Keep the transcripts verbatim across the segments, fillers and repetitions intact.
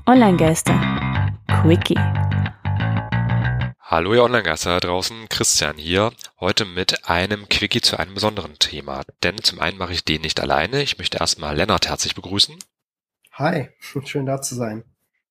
Online-Geister. Quickie. Hallo ihr Online-Geister da draußen, Christian hier, heute mit einem Quickie zu einem besonderen Thema. Denn zum einen mache ich den nicht alleine, ich möchte erstmal Lennart herzlich begrüßen. Hi, schön da zu sein.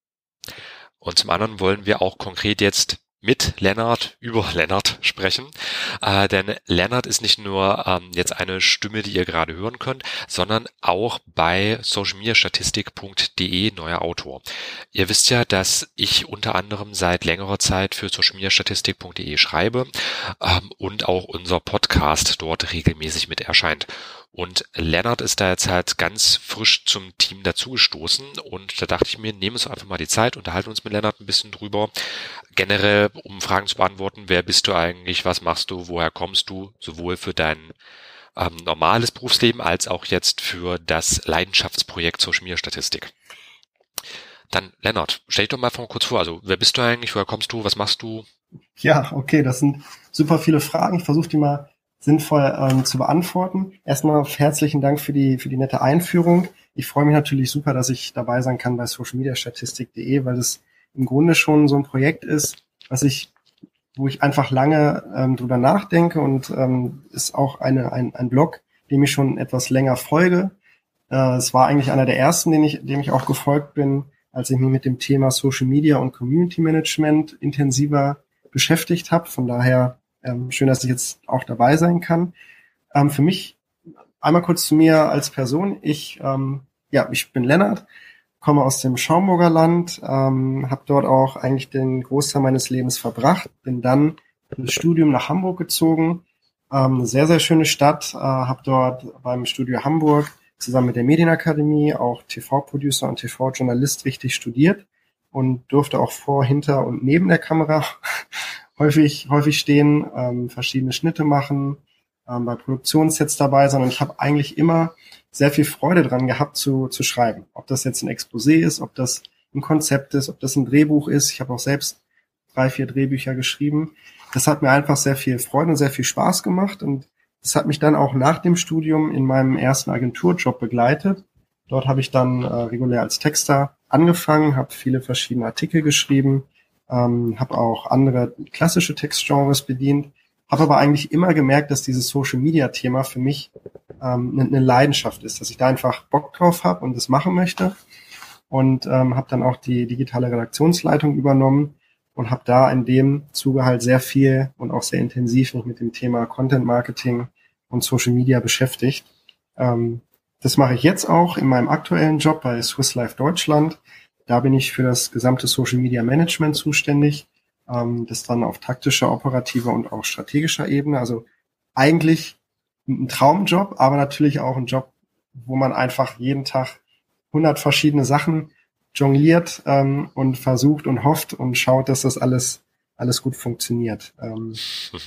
Und zum anderen wollen wir auch konkret jetzt mit Lennart über Lennart sprechen, äh, denn Lennart ist nicht nur ähm, jetzt eine Stimme, die ihr gerade hören könnt, sondern auch bei social media statistik punkt de neuer Autor. Ihr wisst ja, dass ich unter anderem seit längerer Zeit für social media statistik punkt de schreibe ähm, und auch unser Podcast dort regelmäßig mit erscheint. Und Lennart ist da jetzt halt ganz frisch zum Team dazugestoßen und da dachte ich mir, nehmen wir einfach mal die Zeit, unterhalten uns mit Lennart ein bisschen drüber. Generell, um Fragen zu beantworten, wer bist du eigentlich, was machst du, woher kommst du, sowohl für dein ähm, normales Berufsleben als auch jetzt für das Leidenschaftsprojekt Social Media Statistik. Dann Lennart, stell dich doch mal kurz vor, also wer bist du eigentlich, woher kommst du, was machst du? Ja, okay, das sind super viele Fragen. Ich versuche die mal sinnvoll ähm, zu beantworten. Erstmal herzlichen Dank für die für die nette Einführung. Ich freue mich natürlich super, dass ich dabei sein kann bei social media statistik punkt de, weil es im Grunde schon so ein Projekt ist, was ich, wo ich einfach lange ähm, drüber nachdenke und ähm, ist auch eine ein, ein Blog, dem ich schon etwas länger folge. Äh, es war eigentlich einer der ersten, den ich, dem ich auch gefolgt bin, als ich mich mit dem Thema Social Media und Community Management intensiver beschäftigt habe. Von daher ähm, schön, dass ich jetzt auch dabei sein kann. Ähm, für mich einmal kurz zu mir als Person. Ich ähm, ja, ich bin Lennart, komme aus dem Schaumburger Land, ähm, habe dort auch eigentlich den Großteil meines Lebens verbracht, bin dann fürs Studium nach Hamburg gezogen, ähm, eine sehr, sehr schöne Stadt, äh, habe dort beim Studio Hamburg zusammen mit der Medienakademie auch T V-Producer und T V-Journalist richtig studiert und durfte auch vor, hinter und neben der Kamera häufig häufig stehen, ähm, verschiedene Schnitte machen, ähm, bei Produktionssets dabei sein und ich habe eigentlich immer sehr viel Freude dran gehabt zu zu schreiben. Ob das jetzt ein Exposé ist, ob das ein Konzept ist, ob das ein Drehbuch ist. Ich habe auch selbst drei, vier Drehbücher geschrieben. Das hat mir einfach sehr viel Freude und sehr viel Spaß gemacht und das hat mich dann auch nach dem Studium in meinem ersten Agenturjob begleitet. Dort habe ich dann äh, regulär als Texter angefangen, habe viele verschiedene Artikel geschrieben, ähm, habe auch andere klassische Textgenres bedient, habe aber eigentlich immer gemerkt, dass dieses Social-Media-Thema für mich ähm, eine Leidenschaft ist, dass ich da einfach Bock drauf habe und das machen möchte und ähm, habe dann auch die digitale Redaktionsleitung übernommen und habe da in dem Zuge halt sehr viel und auch sehr intensiv mich mit dem Thema Content Marketing und Social Media beschäftigt. Ähm, das mache ich jetzt auch in meinem aktuellen Job bei Swiss Life Deutschland. Da bin ich für das gesamte Social Media Management zuständig. Ähm, das dann auf taktischer, operativer und auch strategischer Ebene. Also eigentlich ein Traumjob, aber natürlich auch ein Job, wo man einfach jeden Tag hundert verschiedene Sachen jongliert ähm, und versucht und hofft und schaut, dass das alles alles gut funktioniert. Ähm.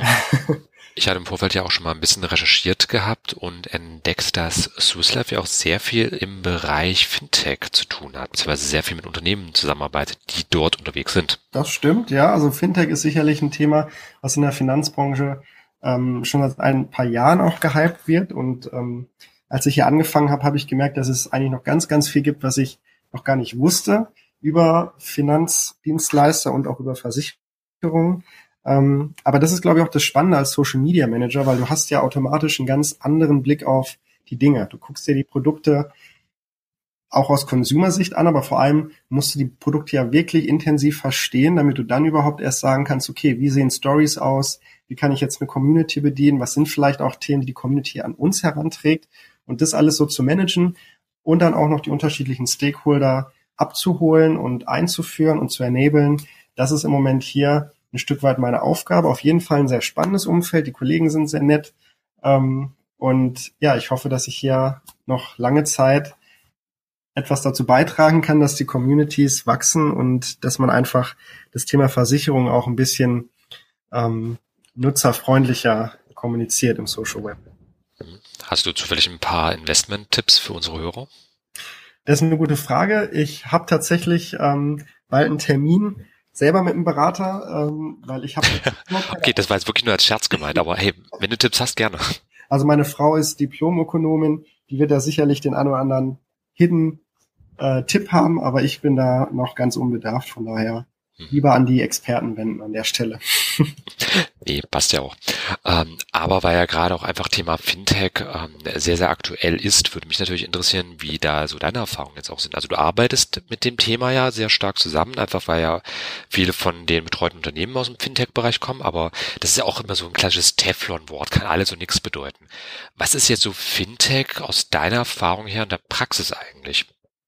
Ich hatte im Vorfeld ja auch schon mal ein bisschen recherchiert gehabt und entdeckt, dass Swiss Life ja auch sehr viel im Bereich Fintech zu tun hat, beziehungsweise sehr viel mit Unternehmen zusammenarbeitet, die dort unterwegs sind. Das stimmt, ja. Also Fintech ist sicherlich ein Thema, was in der Finanzbranche ähm, schon seit ein paar Jahren auch gehypt wird. Und ähm, als ich hier angefangen habe, habe ich gemerkt, dass es eigentlich noch ganz, ganz viel gibt, was ich noch gar nicht wusste über Finanzdienstleister und auch über Versicherungen. Ähm, aber das ist, glaube ich, auch das Spannende als Social Media Manager, weil du hast ja automatisch einen ganz anderen Blick auf die Dinge. Du guckst dir die Produkte auch aus Consumer-Sicht an, aber vor allem musst du die Produkte ja wirklich intensiv verstehen, damit du dann überhaupt erst sagen kannst, okay, wie sehen Stories aus? Wie kann ich jetzt eine Community bedienen? Was sind vielleicht auch Themen, die die Community an uns heranträgt? Und das alles so zu managen und dann auch noch die unterschiedlichen Stakeholder abzuholen und einzuführen und zu enablen. Das ist im Moment hier ein Stück weit meine Aufgabe. Auf jeden Fall ein sehr spannendes Umfeld. Die Kollegen sind sehr nett. Ähm, und ja, ich hoffe, dass ich hier noch lange Zeit etwas dazu beitragen kann, dass die Communities wachsen und dass man einfach das Thema Versicherung auch ein bisschen ähm, nutzerfreundlicher kommuniziert im Social Web. Hast du zufällig ein paar Investment-Tipps für unsere Hörer? Das ist eine gute Frage. Ich habe tatsächlich ähm, bald einen Termin selber mit einem Berater, ähm, weil ich habe... Okay, das war jetzt wirklich nur als Scherz gemeint, aber hey, wenn du Tipps hast, gerne. Also meine Frau ist Diplomökonomin, die wird da sicherlich den einen oder anderen Hidden äh, Tipp haben, aber ich bin da noch ganz unbedarft, von daher lieber an die Experten wenden an der Stelle. Nee, passt ja auch. Ähm, aber weil ja gerade auch einfach Thema Fintech ähm, sehr, sehr aktuell ist, würde mich natürlich interessieren, wie da so deine Erfahrungen jetzt auch sind. Also du arbeitest mit dem Thema ja sehr stark zusammen, einfach weil ja viele von den betreuten Unternehmen aus dem Fintech-Bereich kommen, aber das ist ja auch immer so ein klassisches Teflon-Wort, kann alles und nichts bedeuten. Was ist jetzt so Fintech aus deiner Erfahrung her in der Praxis eigentlich?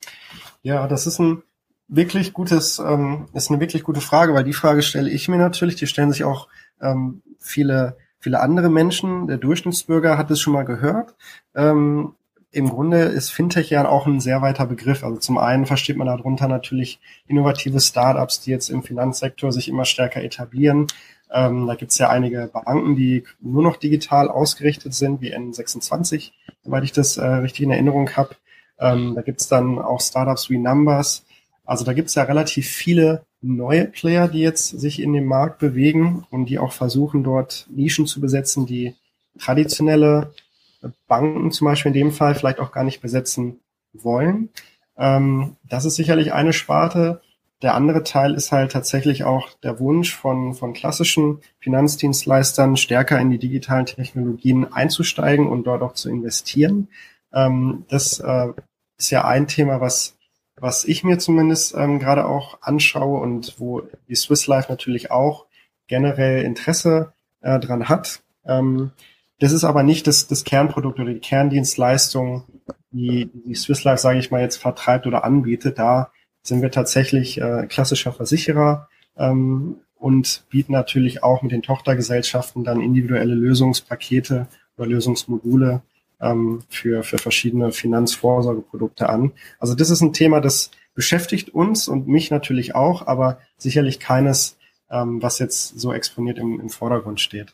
Ja, das ist ein wirklich gutes, ähm, ist eine wirklich gute Frage, weil die Frage stelle ich mir natürlich, die stellen sich auch ähm, viele, viele andere Menschen. Der Durchschnittsbürger hat es schon mal gehört. Ähm, Im Grunde ist Fintech ja auch ein sehr weiter Begriff. Also zum einen versteht man darunter natürlich innovative Startups, die jetzt im Finanzsektor sich immer stärker etablieren. Ähm, da gibt es ja einige Banken, die nur noch digital ausgerichtet sind, wie N sechsundzwanzig, soweit ich das äh, richtig in Erinnerung habe. Ähm, da gibt es dann auch Startups wie Numbers. Also da gibt es ja relativ viele neue Player, die jetzt sich in dem Markt bewegen und die auch versuchen, dort Nischen zu besetzen, die traditionelle Banken zum Beispiel in dem Fall vielleicht auch gar nicht besetzen wollen. Ähm, das ist sicherlich eine Sparte. Der andere Teil ist halt tatsächlich auch der Wunsch von, von klassischen Finanzdienstleistern, stärker in die digitalen Technologien einzusteigen und dort auch zu investieren. Ähm, das äh, ist ja ein Thema, was was ich mir zumindest ähm, gerade auch anschaue und wo die Swiss Life natürlich auch generell Interesse äh, dran hat. Ähm, das ist aber nicht das, das Kernprodukt oder die Kerndienstleistung, die die Swiss Life, sage ich mal, jetzt vertreibt oder anbietet. Da sind wir tatsächlich äh, klassischer Versicherer ähm, und bieten natürlich auch mit den Tochtergesellschaften dann individuelle Lösungspakete oder Lösungsmodule für, für verschiedene Finanzvorsorgeprodukte an. Also das ist ein Thema, das beschäftigt uns und mich natürlich auch, aber sicherlich keines, was jetzt so exponiert im, im Vordergrund steht.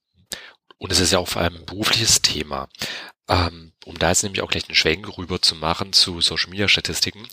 Und es ist ja auch vor allem ein berufliches Thema. Um da jetzt nämlich auch gleich einen Schwenk rüber zu machen zu Social-Media-Statistiken.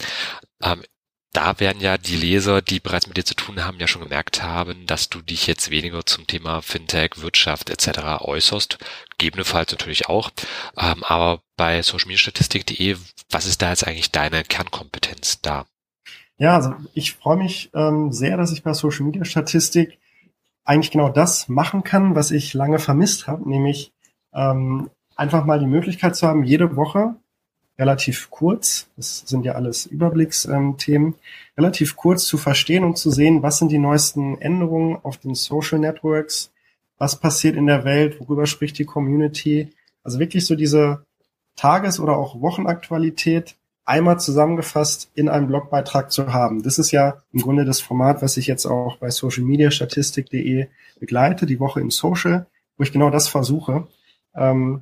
Da werden ja die Leser, die bereits mit dir zu tun haben, ja schon gemerkt haben, dass du dich jetzt weniger zum Thema Fintech, Wirtschaft et cetera äußerst, gegebenenfalls natürlich auch. Ähm, aber bei social media statistik punkt de, was ist da jetzt eigentlich deine Kernkompetenz da? Ja, also ich freue mich ähm, sehr, dass ich bei Social Media Statistik eigentlich genau das machen kann, was ich lange vermisst habe, nämlich ähm, einfach mal die Möglichkeit zu haben, jede Woche relativ kurz, das sind ja alles Überblicksthemen, ähm, relativ kurz zu verstehen und zu sehen, was sind die neuesten Änderungen auf den Social Networks, was passiert in der Welt, worüber spricht die Community. Also wirklich so diese Tages- oder auch Wochenaktualität einmal zusammengefasst in einem Blogbeitrag zu haben. Das ist ja im Grunde das Format, was ich jetzt auch bei social media statistik punkt de begleite, die Woche im Social, wo ich genau das versuche. Ähm,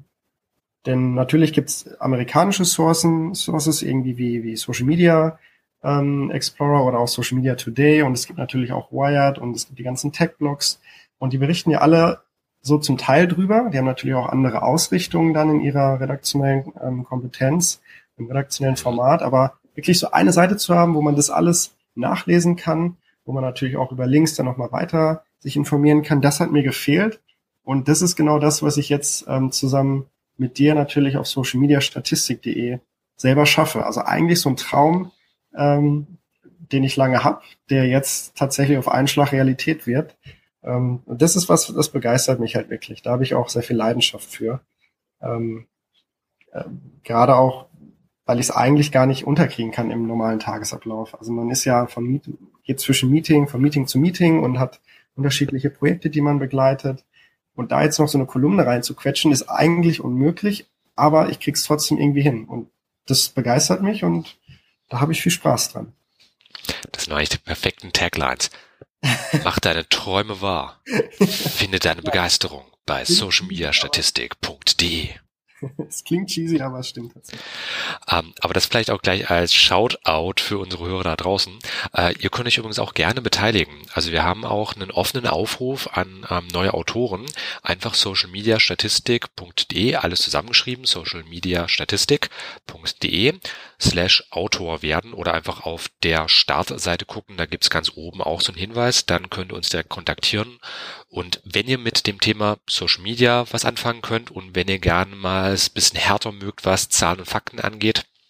Denn natürlich gibt's amerikanische Sourcen, Sources irgendwie wie, wie Social Media ähm, Explorer oder auch Social Media Today, und es gibt natürlich auch Wired und es gibt die ganzen Tech-Blogs, und die berichten ja alle so zum Teil drüber. Die haben natürlich auch andere Ausrichtungen dann in ihrer redaktionellen ähm, Kompetenz, im redaktionellen Format, aber wirklich so eine Seite zu haben, wo man das alles nachlesen kann, wo man natürlich auch über Links dann nochmal weiter sich informieren kann, das hat mir gefehlt, und das ist genau das, was ich jetzt ähm, zusammen mit dir natürlich auf social media statistik punkt de selber schaffe. Also eigentlich so ein Traum, ähm, den ich lange habe, der jetzt tatsächlich auf einen Schlag Realität wird. Ähm, und das ist was, das begeistert mich halt wirklich. Da habe ich auch sehr viel Leidenschaft für. Ähm, äh, gerade auch, weil ich es eigentlich gar nicht unterkriegen kann im normalen Tagesablauf. Also man ist ja von Meet- geht zwischen Meeting, von Meeting zu Meeting und hat unterschiedliche Projekte, die man begleitet. Und da jetzt noch so eine Kolumne reinzuquetschen, ist eigentlich unmöglich, aber ich krieg's trotzdem irgendwie hin. Und das begeistert mich und da habe ich viel Spaß dran. Das sind eigentlich die perfekten Taglines. Mach deine Träume wahr. Finde deine Begeisterung bei social media statistik punkt de. Es klingt cheesy, aber es stimmt tatsächlich. Ähm, aber das vielleicht auch gleich als Shoutout für unsere Hörer da draußen. Äh, ihr könnt euch übrigens auch gerne beteiligen. Also wir haben auch einen offenen Aufruf an ähm, neue Autoren. Einfach social media statistik punkt de, alles zusammengeschrieben, social media statistik punkt de slash Autor werden, oder einfach auf der Startseite gucken. Da gibt's ganz oben auch so einen Hinweis. Dann könnt ihr uns direkt kontaktieren. Und wenn ihr mit dem Thema Social Media was anfangen könnt und wenn ihr gerne mal ein bisschen härter mögt, was Zahlen und Fakten angeht,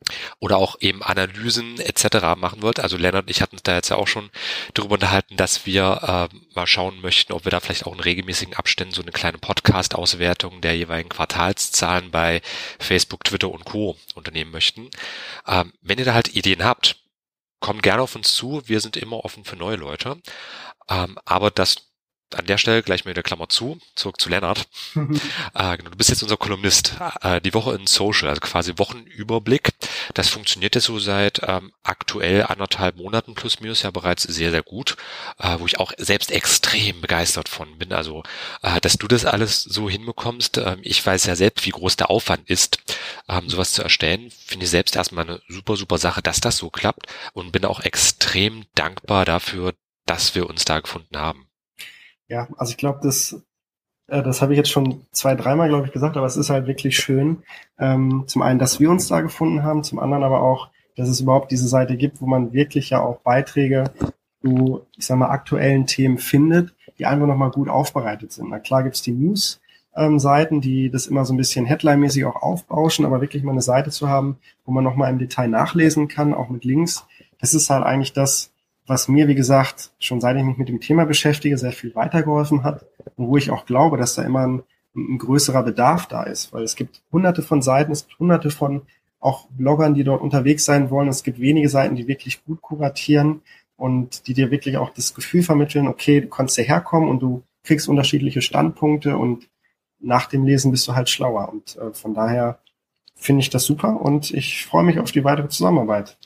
oder auch eben Analysen et cetera machen wollt. Also Lennart und ich hatten uns da jetzt ja auch schon darüber unterhalten, dass wir äh, mal schauen möchten, ob wir da vielleicht auch in regelmäßigen Abständen so eine kleine Podcast-Auswertung der jeweiligen Quartalszahlen bei Facebook, Twitter und Co. unternehmen möchten. Ähm, wenn ihr da halt Ideen habt, kommt gerne auf uns zu. Wir sind immer offen für neue Leute. Ähm, aber das an der Stelle gleich mal wieder Klammer zu, zurück zu Lennart. äh, genau, du bist jetzt unser Kolumnist. Äh, die Woche in Social, also quasi Wochenüberblick. Das funktioniert jetzt so seit ähm, aktuell anderthalb Monaten plus minus ja bereits sehr, sehr gut, äh, wo ich auch selbst extrem begeistert von bin. Also, äh, dass du das alles so hinbekommst. Äh, ich weiß ja selbst, wie groß der Aufwand ist, ähm, sowas zu erstellen. Finde ich selbst erstmal eine super, super Sache, dass das so klappt und bin auch extrem dankbar dafür, dass wir uns da gefunden haben. Ja, also ich glaube, das, äh, das habe ich jetzt schon zwei, dreimal, glaube ich, gesagt, aber es ist halt wirklich schön. Ähm, zum einen, dass wir uns da gefunden haben, zum anderen aber auch, dass es überhaupt diese Seite gibt, wo man wirklich ja auch Beiträge zu, ich sag mal, aktuellen Themen findet, die einfach nochmal gut aufbereitet sind. Na klar gibt's die News-Seiten, die das immer so ein bisschen Headline-mäßig auch aufbauschen, aber wirklich mal eine Seite zu haben, wo man nochmal im Detail nachlesen kann, auch mit Links, das ist halt eigentlich das, was mir, wie gesagt, schon seit ich mich mit dem Thema beschäftige, sehr viel weitergeholfen hat und wo ich auch glaube, dass da immer ein, ein größerer Bedarf da ist, weil es gibt hunderte von Seiten, es gibt hunderte von auch Bloggern, die dort unterwegs sein wollen. Es gibt wenige Seiten, die wirklich gut kuratieren und die dir wirklich auch das Gefühl vermitteln, okay, du kannst hierher kommen und du kriegst unterschiedliche Standpunkte und nach dem Lesen bist du halt schlauer. Und äh, von daher finde ich das super und ich freue mich auf die weitere Zusammenarbeit.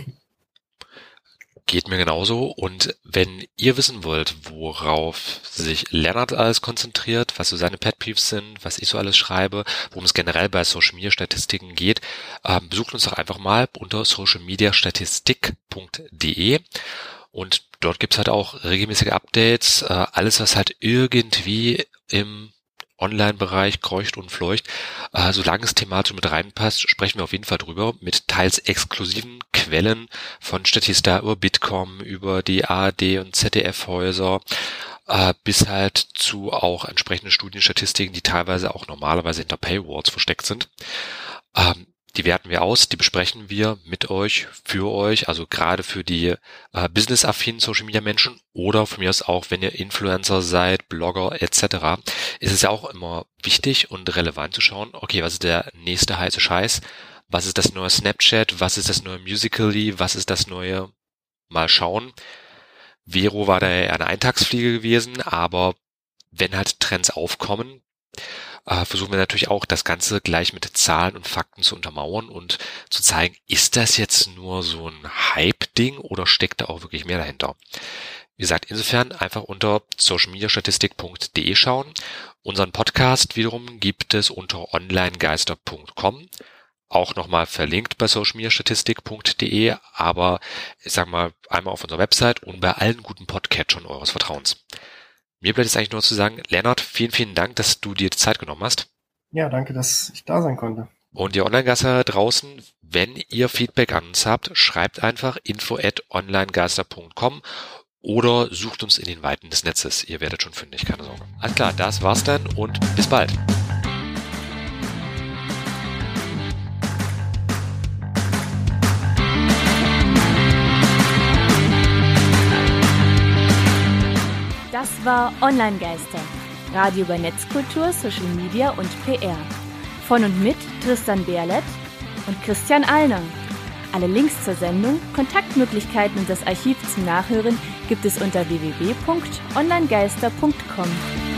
Geht mir genauso. Und wenn ihr wissen wollt, worauf sich Lennart alles konzentriert, was so seine Pet Peeves sind, was ich so alles schreibe, worum es generell bei Social Media Statistiken geht, äh, besucht uns doch einfach mal unter social media statistik punkt de und dort gibt's halt auch regelmäßige Updates, äh, alles was halt irgendwie im Online-Bereich kreucht und fleucht. Äh, solange es thematisch mit reinpasst, sprechen wir auf jeden Fall drüber mit teils exklusiven Quellen von Statista über Bitkom, über die A R D und Z D F-Häuser, äh, bis halt zu auch entsprechenden Studienstatistiken, die teilweise auch normalerweise hinter Paywalls versteckt sind. Ähm, Die werten wir aus, die besprechen wir mit euch, für euch, also gerade für die äh, business-affinen Social-Media-Menschen oder von mir aus auch, wenn ihr Influencer seid, Blogger et cetera, ist es ja auch immer wichtig und relevant zu schauen, okay, was ist der nächste heiße Scheiß, was ist das neue Snapchat, was ist das neue Musical.ly, was ist das neue, mal schauen. Vero war da ja eine Eintagsfliege gewesen, aber wenn halt Trends aufkommen, Äh, versuchen wir natürlich auch, das Ganze gleich mit Zahlen und Fakten zu untermauern und zu zeigen, ist das jetzt nur so ein Hype-Ding oder steckt da auch wirklich mehr dahinter? Wie gesagt, insofern einfach unter social media statistik punkt de schauen. Unseren Podcast wiederum gibt es unter onlinegeister punkt com, auch nochmal verlinkt bei social media statistik punkt de, aber ich sag mal einmal auf unserer Website und bei allen guten Podcatchern eures Vertrauens. Mir bleibt jetzt eigentlich nur zu sagen, Lennart, vielen, vielen Dank, dass du dir die Zeit genommen hast. Ja, danke, dass ich da sein konnte. Und ihr Online-Geister draußen, wenn ihr Feedback an uns habt, schreibt einfach info at onlinegeister punkt com oder sucht uns in den Weiten des Netzes. Ihr werdet schon fündig, keine Sorge. Alles klar, das war's dann und bis bald. Das war Online-Geister, Radio über Netzkultur, Social Media und P R. Von und mit Tristan Berlet und Christian Allner. Alle Links zur Sendung, Kontaktmöglichkeiten und das Archiv zum Nachhören gibt es unter w w w punkt onlinegeister punkt com.